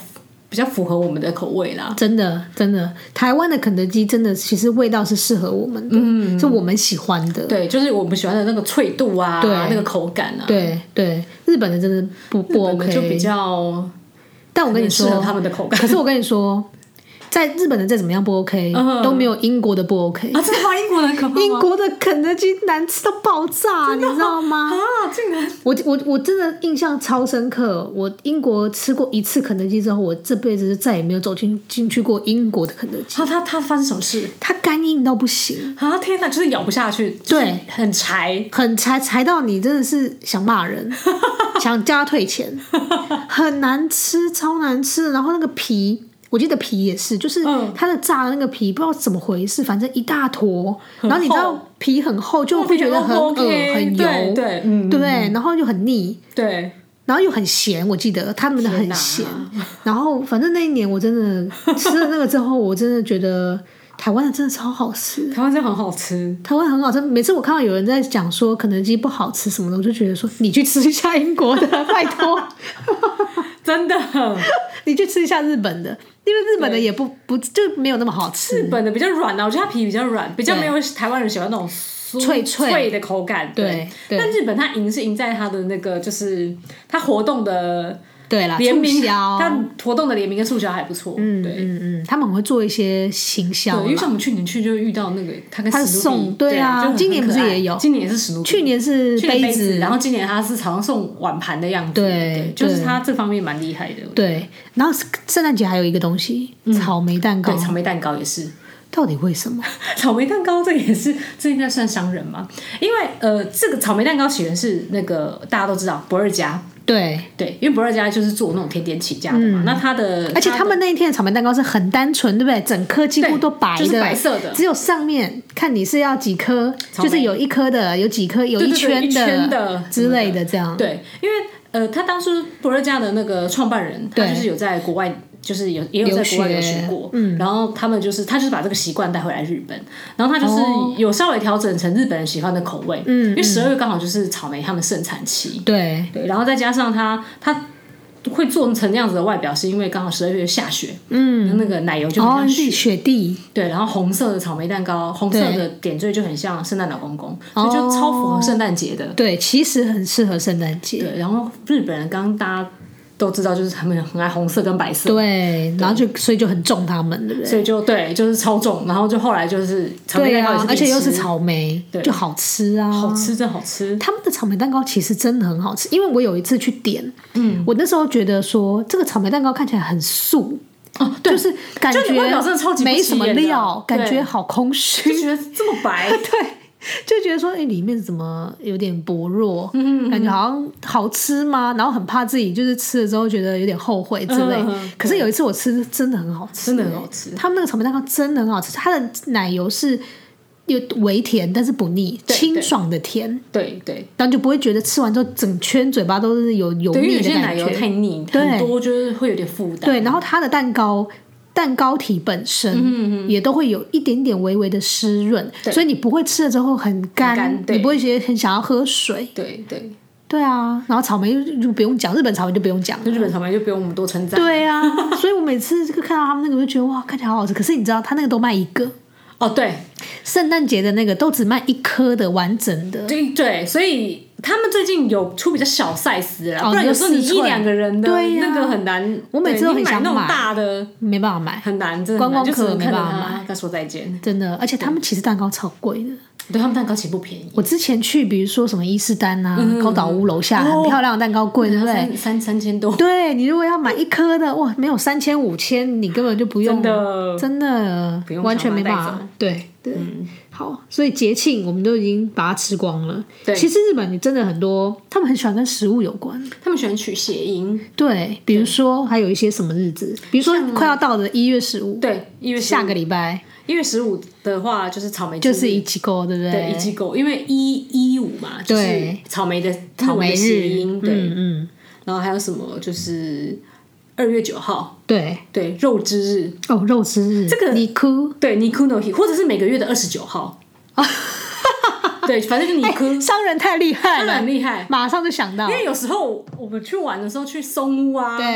比较符合我们的口味啦。 真的真的，台湾的肯德基真的其实味道是适合我们的，是我们喜欢的。 对，就是我们喜欢的那个脆度啊，那个口感啊。 对对，日本的真的不 OK， 就比较， 但我跟你说适合他们的口感。 可是我跟你说，在日本的再怎么样不 OK，都没有英国的不 OK 啊！真的吗？英国的很可怕吗？ 英国的肯德基难吃到爆炸，你知道吗？ 啊，竟然！ 我真的印象超深刻。我英国吃过一次肯德基之后，我这辈子再也没有走进去过英国的肯德基。 它发生什么事？ 它干硬到不行啊！天哪，就是咬不下去，对，很柴， 柴到你真的是想骂人，想叫他退钱，很难吃，超难吃。然后那个皮。我记得皮也是，就是它的炸的那个皮不知道怎么回事，反正一大坨，然后你知道皮很厚，就会觉得很很油，对不对？然后又很腻， 对， 然后又很咸。我记得他们的很咸，然后反正那一年我真的吃了那个之后，我真的觉得台湾的真的超好吃， 台湾真的很好吃， 台湾很好吃。每次我看到有人在讲说肯德基不好吃什么的，我就觉得说你去吃一下英国的，拜托， 真的， 你去吃一下日本的。因为日本的也不就没有那么好吃， 日本的比较软啊，我觉得它皮比较软，比较没有台湾人喜欢那种脆的口感。对，但日本它赢是赢在它的那个，就是它活动的。 对啦， 联名，它活动的联名跟促销还不错。 他们很会做一些行销。 对，因为像我们去年去就遇到那个他跟史努比， 对啊，今年不是也有？ 今年也是史努比， 去年是杯子， 然后今年他是好像送碗盘的样子。对，就是他这方面蛮厉害的。 对，然后圣诞节还有一个东西，草莓蛋糕。 对，草莓蛋糕也是。 到底为什么？ 草莓蛋糕这也是，这应该算商人吗？因为这个草莓蛋糕起源是那个大家都知道不二家。对，因为不二家就是做那种甜点起家的嘛，那而且他们那一天的草莓蛋糕是很单纯，对不对？整颗几乎都白的， 就是白色的， 只有上面看你是要几颗，就是有一颗的，有几颗，有一圈的之类的这样。 对，因为他当初不二家的那个创办人，他就是有在国外。就是也有在国外留学过，然后他就是把这个习惯带回来日本，然后他就是有稍微调整成日本人喜欢的口味，因为12月刚好就是草莓他们盛产期，对，然后再加上他会做成那样子的外表，是因为刚好12月下雪，那个奶油就很像雪地， 对，然后红色的草莓蛋糕，红色的点缀就很像圣诞老公公，所以就超符合圣诞节的， 对，其实很适合圣诞节， 对，然后日本人大家都知道，就是他们很爱红色跟白色， 对，然后所以就很重他们，对不对？ 所以就是超重，然后就后来就是草莓蛋糕也是而且又是草莓，就好吃啊， 好吃真好吃。 他们的草莓蛋糕其实真的很好吃，因为我有一次去点，我那时候觉得说这个草莓蛋糕看起来很素。对，就是感觉没什么料，感觉好空虚， 就觉得这么白， 对。就觉得说，里面怎么有点薄弱，感觉好像好吃吗？然后很怕自己就是吃了之后觉得有点后悔之类。可是有一次我吃，真的很好吃， 真的很好吃。 他们那个草莓蛋糕真的很好吃，它的奶油是有微甜，但是不腻，清爽的甜。对，然后就不会觉得吃完之后整圈嘴巴都是有腻的感觉。 有些奶油太腻，很多就是会有点负担。 对，然后它的蛋糕体本身也都会有一点点微微的湿润，所以你不会吃了之后很干，你不会觉得很想要喝水。对啊，然后草莓就不用讲，日本草莓就不用讲， 日本草莓就不用我们多称赞。 对啊，所以我每次看到他们那个，我就觉得哇，看起来好好吃。可是你知道，他那个都卖一个。 对， 圣诞节的那个都只卖1颗的完整的。 对，所以他们最近有出比较小 size 啦，不然有时候你1-2个人的那个很难。我每次都很想买那种大的， 没办法买， 很难，真的观光客没办法买。 该说再见， 真的，而且他们其实蛋糕超贵的。 对，他们蛋糕其实不便宜。 我之前去，比如说什么伊势丹啊、高岛屋楼下很漂亮的蛋糕贵，对不对 ？3000多。 对，你如果要买1颗的，哇，没有3000-5000，你根本就不用，真的完全没办法。对，好，所以节庆我们都已经把它吃光了。对，其实日本真的很多，他们很喜欢跟食物有关， 他们喜欢取谐音。 对，比如说还有一些什么日子，比如说快要到的1月15， 对，1月15 下个礼拜。 1月15的话就是草莓， 就是一季购，对不对？ 对，一季购，因为115嘛，就是草莓的草莓谐音，对，然后还有什么就是2月9号，对，肉之日， 肉之日，这个尼库， 对，尼库 no hi， 或者是每个月的29号。对，反正就尼库， 商人太厉害了， 很厉害， 马上就想到。 因为有时候我们去玩的时候，去松屋啊，对，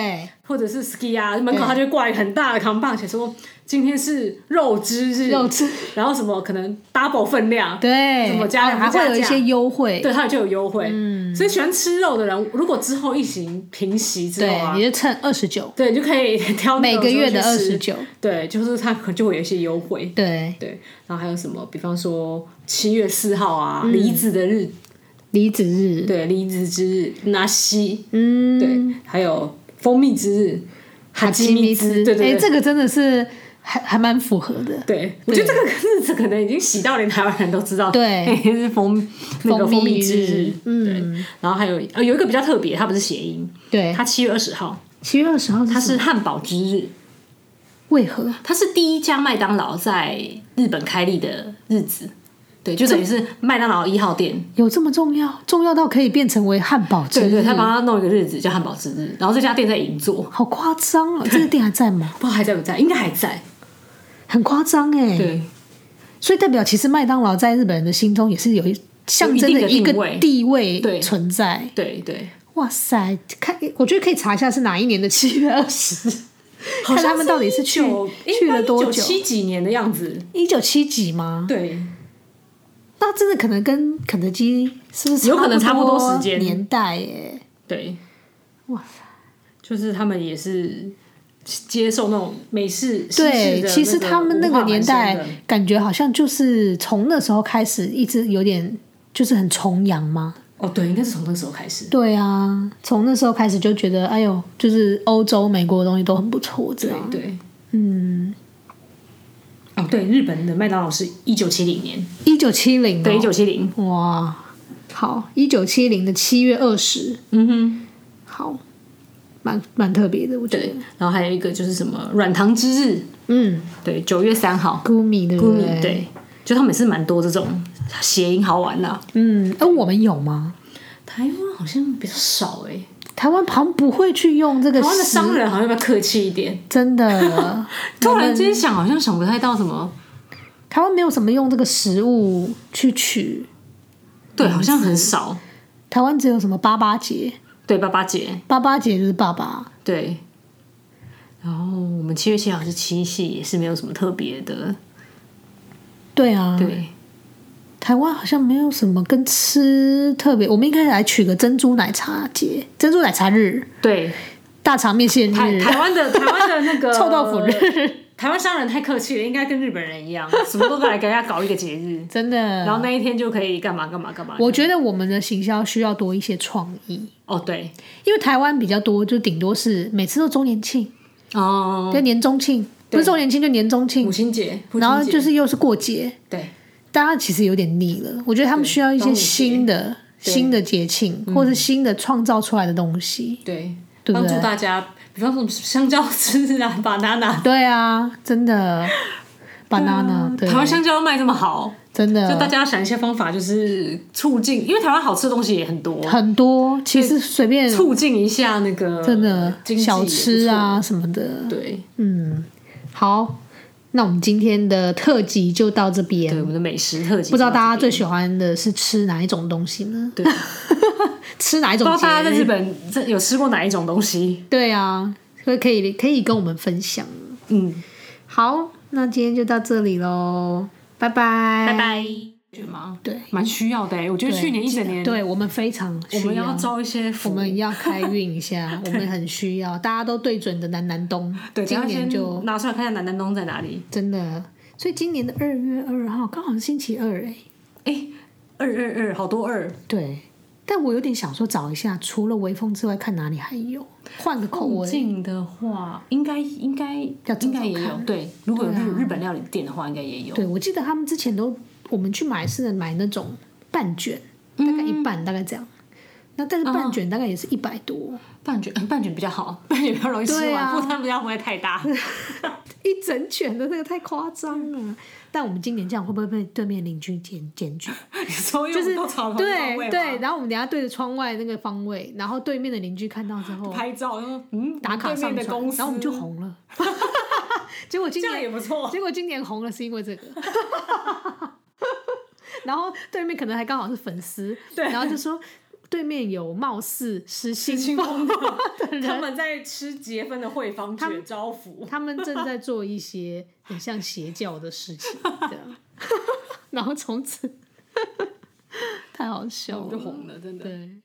或者是 ski 啊，门口他就会挂一个很大的扛棒，写说今天是肉汁日，然后什么可能 double 分量， 对， 什么加量还会有一些优惠， 对，它就有优惠。所以喜欢吃肉的人，如果之后疫情平息之后啊， 对，你就趁29， 对，你就可以挑每个月的29， 对，就是它可能就会有一些优惠， 对。 然后还有什么，比方说7月4号啊，梨子的日， 梨子日， 对，梨子之日，纳西，对，还有蜂蜜之日，哈基米兹，对， 这个真的是还蛮符合的。 对，我觉得这个日子可能已经洗到连台湾人都知道， 对， 是蜂蜜之日，对。然后还有一个比较特别，它不是谐音， 对， 它7月20号 ，7月20号它是汉堡之日。 为何？ 它是第一家麦当劳在日本开立的日子，对，就等于是麦当劳1号店。 有这么重要？重要到可以变成为汉堡之日？ 对，他帮他弄一个日子叫汉堡之日，然后这家店在银座。 好夸张啊！这个店还在吗？ 不知道还在不在，应该还在。 很夸张哎。 对， 所以代表其实麦当劳在日本人的心中也是有象征的一个地位存在。 对， 哇塞，我觉得可以查一下是哪一年的7月20。看他们到底是去了多久 ？1970几年的样子 ，1970几吗？ 对， 那真的可能跟肯德基是不是有可能差不多时间年代耶？ 对，哇塞，就是他们也是接受那种美式对，其实他们那个年代感觉好像就是从那时候开始一直有点就是很崇洋吗？ 哦，对，应该是从那时候开始。 对啊，从那时候开始就觉得，哎呦，就是欧洲、美国的东西都很不错，这样。 对，哦，对，日本的麦当劳是1970年 ，1970， 对，1970， 哇，好，1970的7月20，好，蛮特别的，我觉得。 然后还有一个就是什么软糖之日，对，9月3号 ，Gumi，对不对？ 对，就他们也是蛮多这种谐音好玩的。 我们有吗？ 台湾好像比较少哎。 台湾好像不会去用这个， 台湾的商人好像要客气一点， 真的。 突然间想，好像想不太到什么。 台湾没有什么用这个食物去取， 对，好像很少。 台湾只有什么88节， 对，88节 ，88节就是爸爸， 对。然后我们7月7号是七夕，也是没有什么特别的。 对啊， 对。 台湾好像没有什么跟吃特别，我们应该来取个珍珠奶茶节、珍珠奶茶日， 对， 大肠面线日， 台湾的那个臭豆腐日。 台湾商人太客气了，应该跟日本人一样，什么都来给人家搞一个节日， 真的。 然后那一天就可以干嘛干嘛干嘛。 我觉得我们的行销需要多一些创意。 哦，对， 因为台湾比较多，就顶多是每次都周年庆哦， 就年中庆，不是周年庆就年中庆， 母亲节， 然后就是又是过节， 对。 大家其实有点腻了，我觉得他们需要一些新的节庆，或是新的创造出来的东西， 对，帮助大家，比方说香蕉吃啊 ，banana， 对啊，真的 ，banana， 台湾香蕉卖这么好， 真的， 就大家要想一些方法，就是促进，因为台湾好吃的东西也很多， 很多，其实随便促进一下那个真的小吃啊什么的， 对， 好。那我们今天的特辑就到这边。 对，我们的美食特辑。 不知道大家最喜欢的是吃哪一种东西呢？对，吃哪一种？ 不知道大家在日本有吃过哪一种东西？ 对啊，可以跟我们分享。好，那今天就到这里咯，拜拜， 拜拜。觉得吗？对，蛮需要的。我觉得去年一整年， 对我们非常需要， 我们要招一些福， 我们要开运一下，我们很需要，大家都对准的南东， 对， 今年就拿出来看一下南东在哪里。 真的，所以今年的2月2号刚好是星期二 ，222好多2， 对。但我有点想说找一下，除了微风之外，看哪里还有，换个口味。 附近的话，应该也有。对，如果有日本料理店的话，应该也有。 对，我记得他们之前我们去买是买那种半卷，大概一半，大概这样。那但是半卷大概也是100多。半卷比较好，半卷比较容易吃完，负担不会太大。一整卷的那个太夸张了。但我们今年这样会不会被对面邻居检举？就是对，然后我们等一下对着窗外那个方位，然后对面的邻居看到之后拍照，打卡上传，然后我们就红了。结果今年这样也不错。结果今年红了是因为这个。然后对面可能还刚好是粉丝，然后就说对面有貌似失心疯的人， 他们在吃节分的汇方卷招福， 他们正在做一些很像邪教的事情，这样，然后从此太好笑了， 就红了，真的。 对。